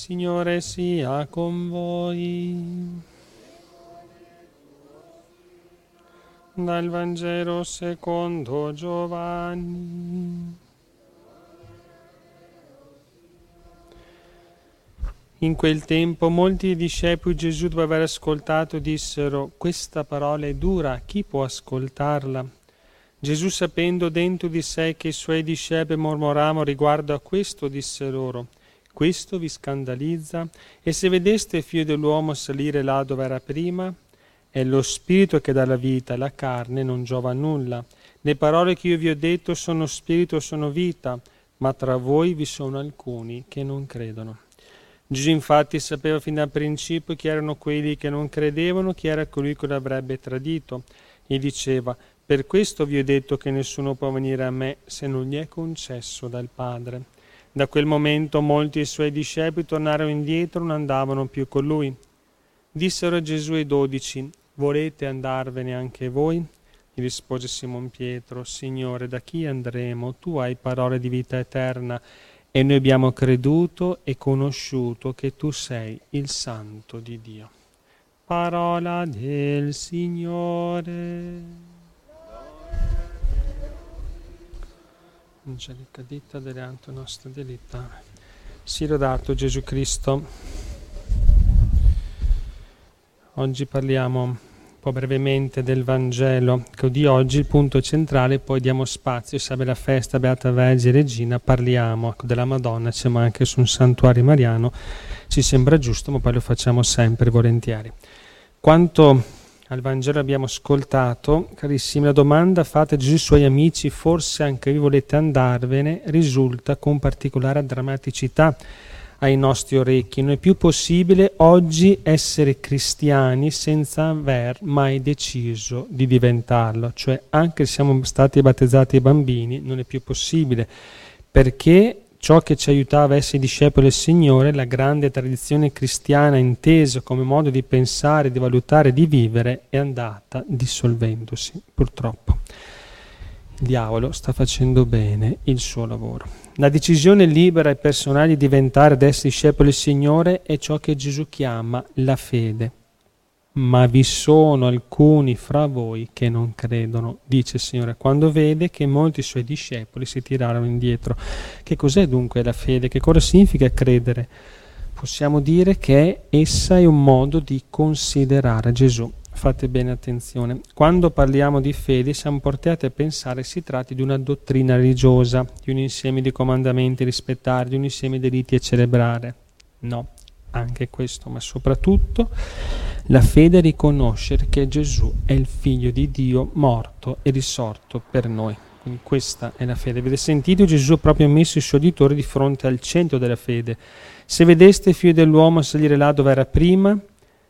Signore sia con voi. Dal Vangelo secondo Giovanni. In quel tempo molti discepoli di Gesù, dopo aver ascoltato, dissero: questa parola è dura, chi può ascoltarla? Gesù, sapendo dentro di sé che i suoi discepoli mormoravano riguardo a questo, disse loro: questo vi scandalizza? E se vedeste il Figlio dell'uomo salire là dove era prima? È lo spirito che dà la vita, la carne non giova a nulla. Le parole che io vi ho detto sono spirito e sono vita, ma tra voi vi sono alcuni che non credono. Gesù infatti sapeva fin dal principio chi erano quelli che non credevano, chi era colui che l'avrebbe tradito, e diceva: per questo vi ho detto che nessuno può venire a me se non gli è concesso dal Padre. Da quel momento molti dei suoi discepoli tornarono indietro, non andavano più con lui. Dissero a Gesù ai 12: volete andarvene anche voi? Gli rispose Simon Pietro: Signore, da chi andremo? Tu hai parole di vita eterna, e noi abbiamo creduto e conosciuto che tu sei il Santo di Dio. Parola del Signore. Angelica ditta deleanto nostra delita. Sia lodato Gesù Cristo. Oggi parliamo un po' brevemente del Vangelo di oggi, il punto centrale, poi diamo spazio, se la festa Beata Vergine Regina, parliamo della Madonna, siamo anche su un santuario mariano, ci sembra giusto, ma poi lo facciamo sempre volentieri. Quanto al Vangelo abbiamo ascoltato, carissimi, la domanda fatta a Gesù ai suoi amici: forse anche voi volete andarvene, risulta con particolare drammaticità ai nostri orecchi. Non è più possibile oggi essere cristiani senza aver mai deciso di diventarlo, cioè anche se siamo stati battezzati bambini non è più possibile, perché ciò che ci aiutava a essere discepoli del Signore, la grande tradizione cristiana intesa come modo di pensare, di valutare, di vivere, è andata dissolvendosi, purtroppo. Il diavolo sta facendo bene il suo lavoro. La decisione libera e personale di diventare ed essere discepoli del Signore è ciò che Gesù chiama la fede. Ma vi sono alcuni fra voi che non credono, dice il Signore, quando vede che molti suoi discepoli si tirarono indietro. Che cos'è dunque la fede? Che cosa significa credere? Possiamo dire che essa è un modo di considerare Gesù. Fate bene attenzione. Quando parliamo di fede siamo portati a pensare che si tratti di una dottrina religiosa, di un insieme di comandamenti da rispettare, di un insieme di riti a celebrare. No, anche questo, ma soprattutto la fede è riconoscere che Gesù è il Figlio di Dio morto e risorto per noi. Quindi questa è la fede. Avete sentito? Gesù ha proprio messo i suoi uditori di fronte al centro della fede. Se vedeste il Figlio dell'uomo salire là dove era prima,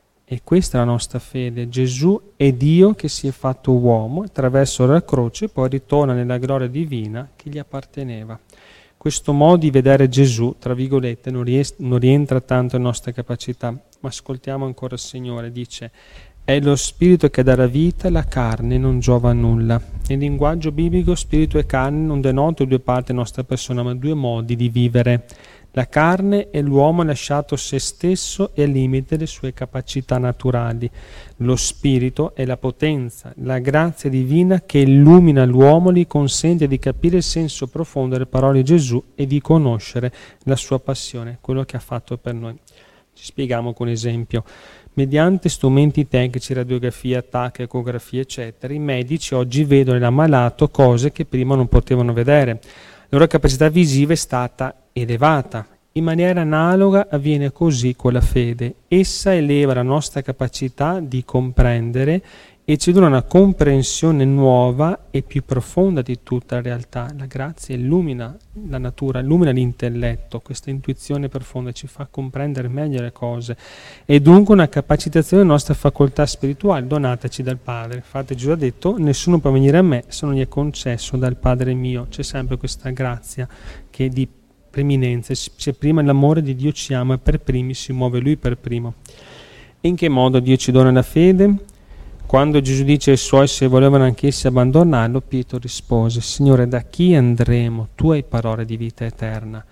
e questa è la nostra fede. Gesù è Dio che si è fatto uomo attraverso la croce e poi ritorna nella gloria divina che gli apparteneva. Questo modo di vedere Gesù, tra virgolette, non rientra tanto in nostra capacità, ma ascoltiamo ancora il Signore, dice: è lo spirito che dà la vita, la carne non giova a nulla. Nel linguaggio biblico spirito e carne non denotano due parti della nostra persona, ma due modi di vivere. La carne è l'uomo lasciato a se stesso e al limite delle sue capacità naturali. Lo spirito è la potenza, la grazia divina che illumina l'uomo, gli consente di capire il senso profondo delle parole di Gesù e di conoscere la sua passione, quello che ha fatto per noi. Ci spieghiamo con un esempio. Mediante strumenti tecnici, radiografia, TAC, ecografia, eccetera, i medici oggi vedono nell'ammalato cose che prima non potevano vedere. La loro capacità visiva è stata elevata. In maniera analoga avviene così con la fede. Essa eleva la nostra capacità di comprendere e ci dona una comprensione nuova e più profonda di tutta la realtà. La grazia illumina la natura, illumina l'intelletto, questa intuizione profonda ci fa comprendere meglio le cose e dunque una capacitazione della nostra facoltà spirituale donataci dal Padre. Infatti Gesù ha detto: nessuno può venire a me se non gli è concesso dal Padre mio. C'è sempre questa grazia che è di preminenza, se prima l'amore di Dio ci ama, per primi si muove Lui per primo. E in che modo Dio ci dona la fede? Quando Gesù dice ai suoi se volevano anch'essi abbandonarlo, Pietro rispose: Signore, da chi andremo? Tu hai parole di vita eterna.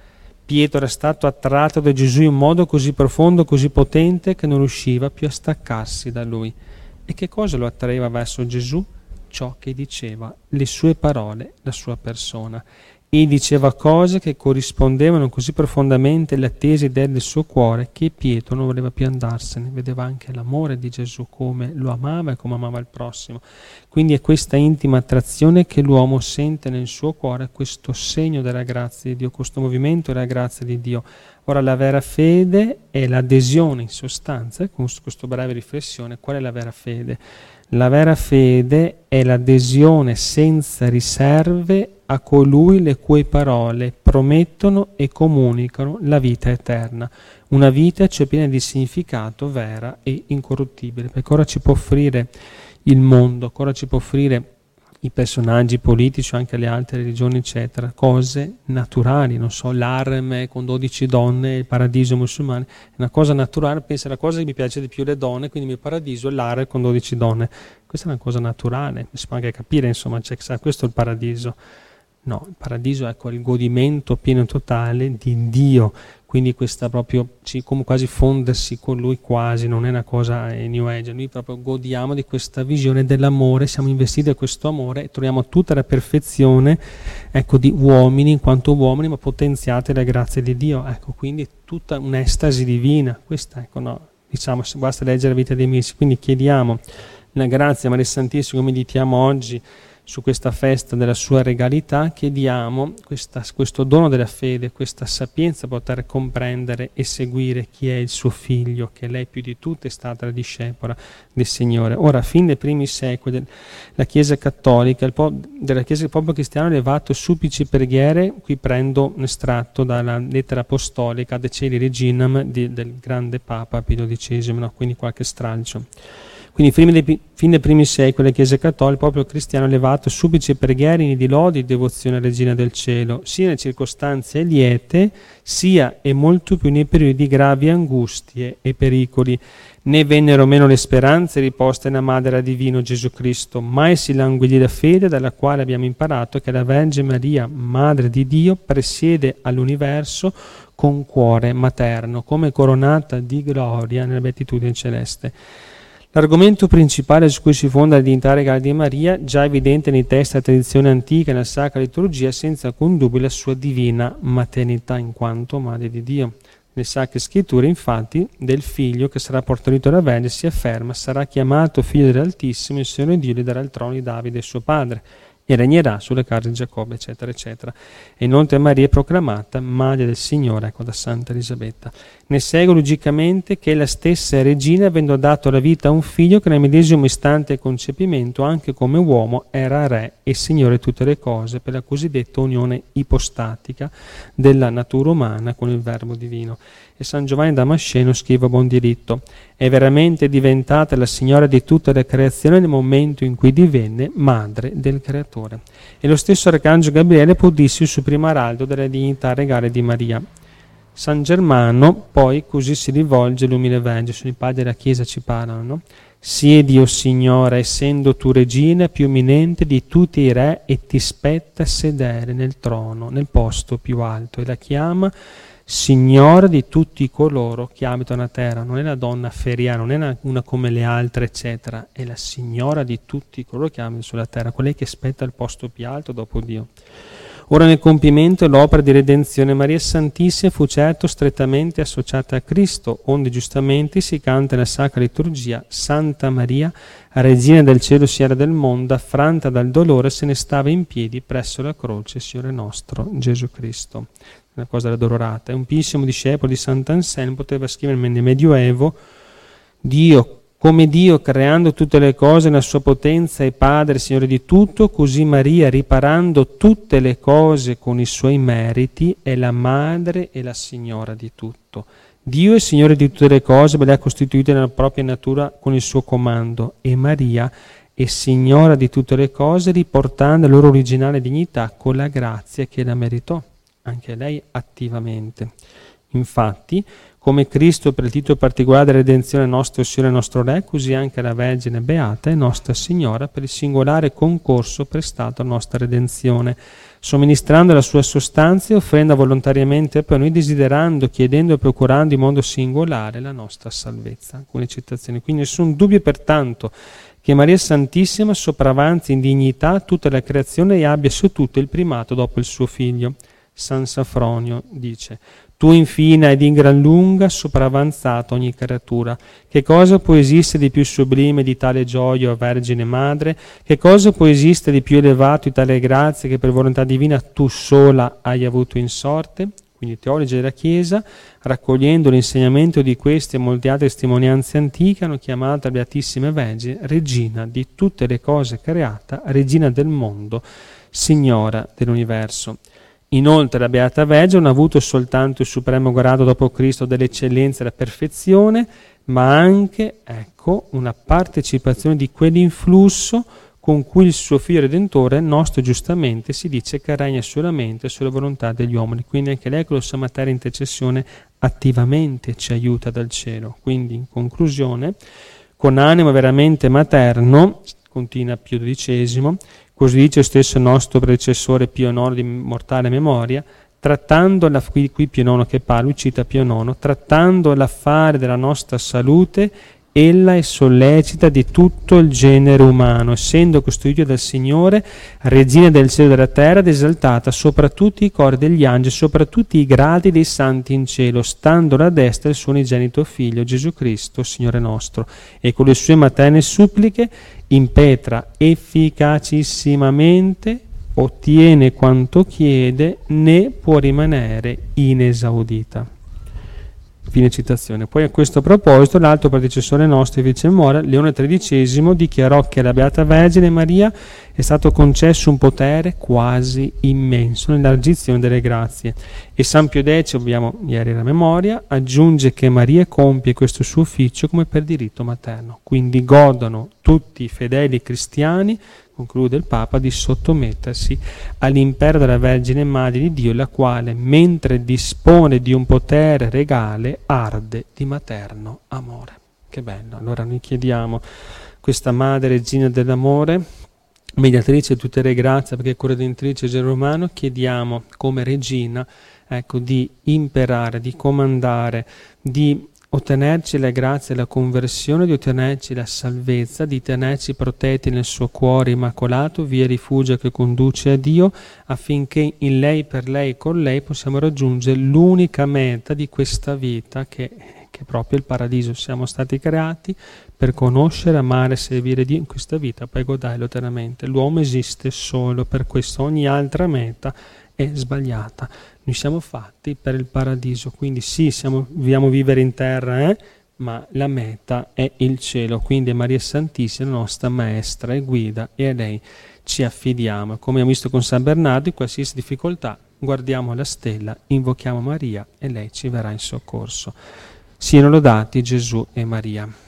Pietro era stato attratto da Gesù in modo così profondo, così potente, che non riusciva più a staccarsi da lui. E che cosa lo attraeva verso Gesù? Ciò che diceva, le sue parole, la sua persona. E diceva cose che corrispondevano così profondamente alle attese del suo cuore che Pietro non voleva più andarsene. Vedeva anche l'amore di Gesù, come lo amava e come amava il prossimo. Quindi è questa intima attrazione che l'uomo sente nel suo cuore, questo segno della grazia di Dio, questo movimento della grazia di Dio. Ora la vera fede è l'adesione in sostanza, con questa breve riflessione, qual è la vera fede? La vera fede è l'adesione senza riserve a colui le cui parole promettono e comunicano la vita eterna, una vita cioè piena di significato, vera e incorruttibile, perché ora ci può offrire il mondo, ora ci può offrire i personaggi politici, anche le altre religioni, eccetera, cose naturali, non so, l'arme con 12 donne, il paradiso musulmano, è una cosa naturale, pensa la cosa che mi piace di più le donne, quindi il mio paradiso è l'arme con 12 donne, questa è una cosa naturale, si può anche capire, insomma, questo è il paradiso. No, il paradiso è il godimento pieno e totale di Dio, quindi questa proprio, come quasi fondersi con Lui quasi, non è una cosa New Age, noi proprio godiamo di questa visione dell'amore, siamo investiti da questo amore e troviamo tutta la perfezione, di uomini in quanto uomini, ma potenziate dalla grazia di Dio, quindi tutta un'estasi divina, questa, diciamo, basta leggere la vita dei misti, quindi chiediamo la grazia Maria Santissima, come meditiamo oggi, su questa festa della sua regalità, chiediamo questo dono della fede, questa sapienza poter comprendere e seguire chi è il suo figlio, che lei più di tutte è stata la discepola del Signore. Ora, fin dai primi secoli, la Chiesa Cattolica, della Chiesa del popolo cristiano, ha elevato supplici e preghiere, qui prendo un estratto dalla lettera apostolica De Celi Reginam del grande Papa Pio XII, quindi qualche stralcio. Quindi fin dai primi secoli la Chiesa Cattolica, il popolo cristiano ha elevato supplici e preghiere di lodi e devozione alla Regina del Cielo, sia nelle circostanze liete, sia e molto più nei periodi di gravi angustie e pericoli. Né vennero meno le speranze riposte nella Madre Divino Gesù Cristo, mai si languidì la fede dalla quale abbiamo imparato che la Vergine Maria, Madre di Dio, presiede all'universo con cuore materno, come coronata di gloria nella beatitudine celeste. L'argomento principale su cui si fonda la dignità regale di Maria, già evidente nei testi della tradizione antica e nella Sacra Liturgia, senza alcun dubbio la sua divina maternità in quanto Madre di Dio. Nelle Sacre Scritture, infatti, del figlio che sarà partorito dalla Vergine si afferma: sarà chiamato figlio dell'Altissimo, il Signore Dio gli darà il trono di Davide suo padre e regnerà sulle case di Giacobbe, eccetera, eccetera. E inoltre Maria è proclamata Madre del Signore, da Santa Elisabetta. Ne segue logicamente che la stessa regina, avendo dato la vita a un figlio che nel medesimo istante del concepimento, anche come uomo, era re e Signore di tutte le cose, per la cosiddetta unione ipostatica della natura umana con il Verbo divino. E San Giovanni Damasceno scrive a buon diritto: è veramente diventata la Signora di tutta la creazione nel momento in cui divenne Madre del Creatore. E lo stesso Arcangelo Gabriele può dirsi il suo primo araldo della dignità regale di Maria. San Germano poi così si rivolge all'umile Vergine, sono i padri della Chiesa ci parlano, no? Siedi, o Signora, essendo tu regina più eminente di tutti i re, e ti spetta sedere nel trono, nel posto più alto, e la chiama Signora di tutti coloro che abitano a terra. Non è la donna feriana, non è una come le altre, eccetera, è la Signora di tutti coloro che abitano sulla terra, quella che spetta il posto più alto dopo Dio. Ora nel compimento l'opera di redenzione Maria Santissima fu certo strettamente associata a Cristo, onde giustamente si canta nella Sacra Liturgia: Santa Maria, Regina del cielo e Signora del mondo, affranta dal dolore se ne stava in piedi presso la croce, Signore nostro Gesù Cristo. Una cosa da dolorata. Un piissimo discepolo di Sant'Anselmo poteva scrivere nel Medioevo: Dio, come Dio, creando tutte le cose nella sua potenza, è Padre, Signore di tutto, così Maria, riparando tutte le cose con i suoi meriti, è la Madre e la Signora di tutto. Dio è Signore di tutte le cose, le ha costituite nella propria natura con il suo comando, e Maria è Signora di tutte le cose, riportando la loro originale dignità con la grazia che la meritò, anche lei attivamente. Infatti, Come Cristo per il titolo particolare della redenzione nostro Signore e nostro Re, così anche la Vergine Beata e Nostra Signora per il singolare concorso prestato a nostra redenzione, somministrando la sua sostanza e offrendo volontariamente per noi, desiderando, chiedendo e procurando in modo singolare la nostra salvezza. Alcune citazioni. Quindi nessun dubbio pertanto che Maria Santissima sopravanzi in dignità tutta la creazione e abbia su tutto il primato dopo il suo figlio. San Safronio dice: tu infine ed in gran lunga sopravanzato ogni creatura. Che cosa può esistere di più sublime di tale gioia, o Vergine Madre? Che cosa può esistere di più elevato di tale grazia che per volontà divina tu sola hai avuto in sorte? Quindi i teologi della Chiesa, raccogliendo l'insegnamento di queste e molte altre testimonianze antiche, hanno chiamato la Beatissima Vergine Regina di tutte le cose create, Regina del mondo, Signora dell'universo. Inoltre la Beata Vergine non ha avuto soltanto il supremo grado dopo Cristo dell'eccellenza e della perfezione, ma anche, una partecipazione di quell'influsso con cui il suo Figlio Redentore, nostro giustamente, si dice che regna sulla mente e sulla volontà degli uomini. Quindi anche lei con la sua materia intercessione attivamente ci aiuta dal cielo. Quindi in conclusione, con animo veramente materno, continua Pio XII, così dice lo stesso nostro predecessore Pio IX di immortale memoria, trattando, qui Pio IX che parla, lui cita Pio IX, trattando l'affare della nostra salute, ella è sollecita di tutto il genere umano, essendo costituita dal Signore, regina del cielo e della terra, ed esaltata sopra tutti i cori degli angeli, sopra tutti i gradi dei santi in cielo, stando alla destra del suo unigenito Figlio, Gesù Cristo, Signore nostro, e con le sue materne suppliche impetra efficacissimamente, ottiene quanto chiede, né può rimanere inesaudita. Fine citazione. Poi a questo proposito l'altro predecessore nostro, vice memoria, Leone XIII, dichiarò che alla Beata Vergine Maria è stato concesso un potere quasi immenso nell'argizione delle grazie. E San Pio X, abbiamo ieri la memoria, aggiunge che Maria compie questo suo ufficio come per diritto materno. Quindi godono tutti i fedeli cristiani, conclude il Papa, di sottomettersi all'impero della Vergine Madre di Dio, la quale, mentre dispone di un potere regale, arde di materno amore. Che bello! Allora noi chiediamo questa Madre Regina dell'amore, mediatrice di tutte le grazie, perché è corredentrice del genere umano, chiediamo come Regina, di imperare, di comandare, di ottenerci la grazia e la conversione, di ottenerci la salvezza, di tenerci protetti nel suo cuore immacolato, via rifugio che conduce a Dio, affinché in lei, per lei e con lei possiamo raggiungere l'unica meta di questa vita, che è proprio il paradiso. Siamo stati creati per conoscere, amare e servire Dio in questa vita, poi godarlo eternamente. L'uomo esiste solo per questo, ogni altra meta è sbagliata. Noi siamo fatti per il paradiso, quindi sì, vogliamo vivere in terra, ma la meta è il cielo, quindi è Maria Santissima, la nostra maestra e guida, e a lei ci affidiamo. Come abbiamo visto con San Bernardo, in qualsiasi difficoltà guardiamo la stella, invochiamo Maria e lei ci verrà in soccorso. Siano lodati Gesù e Maria.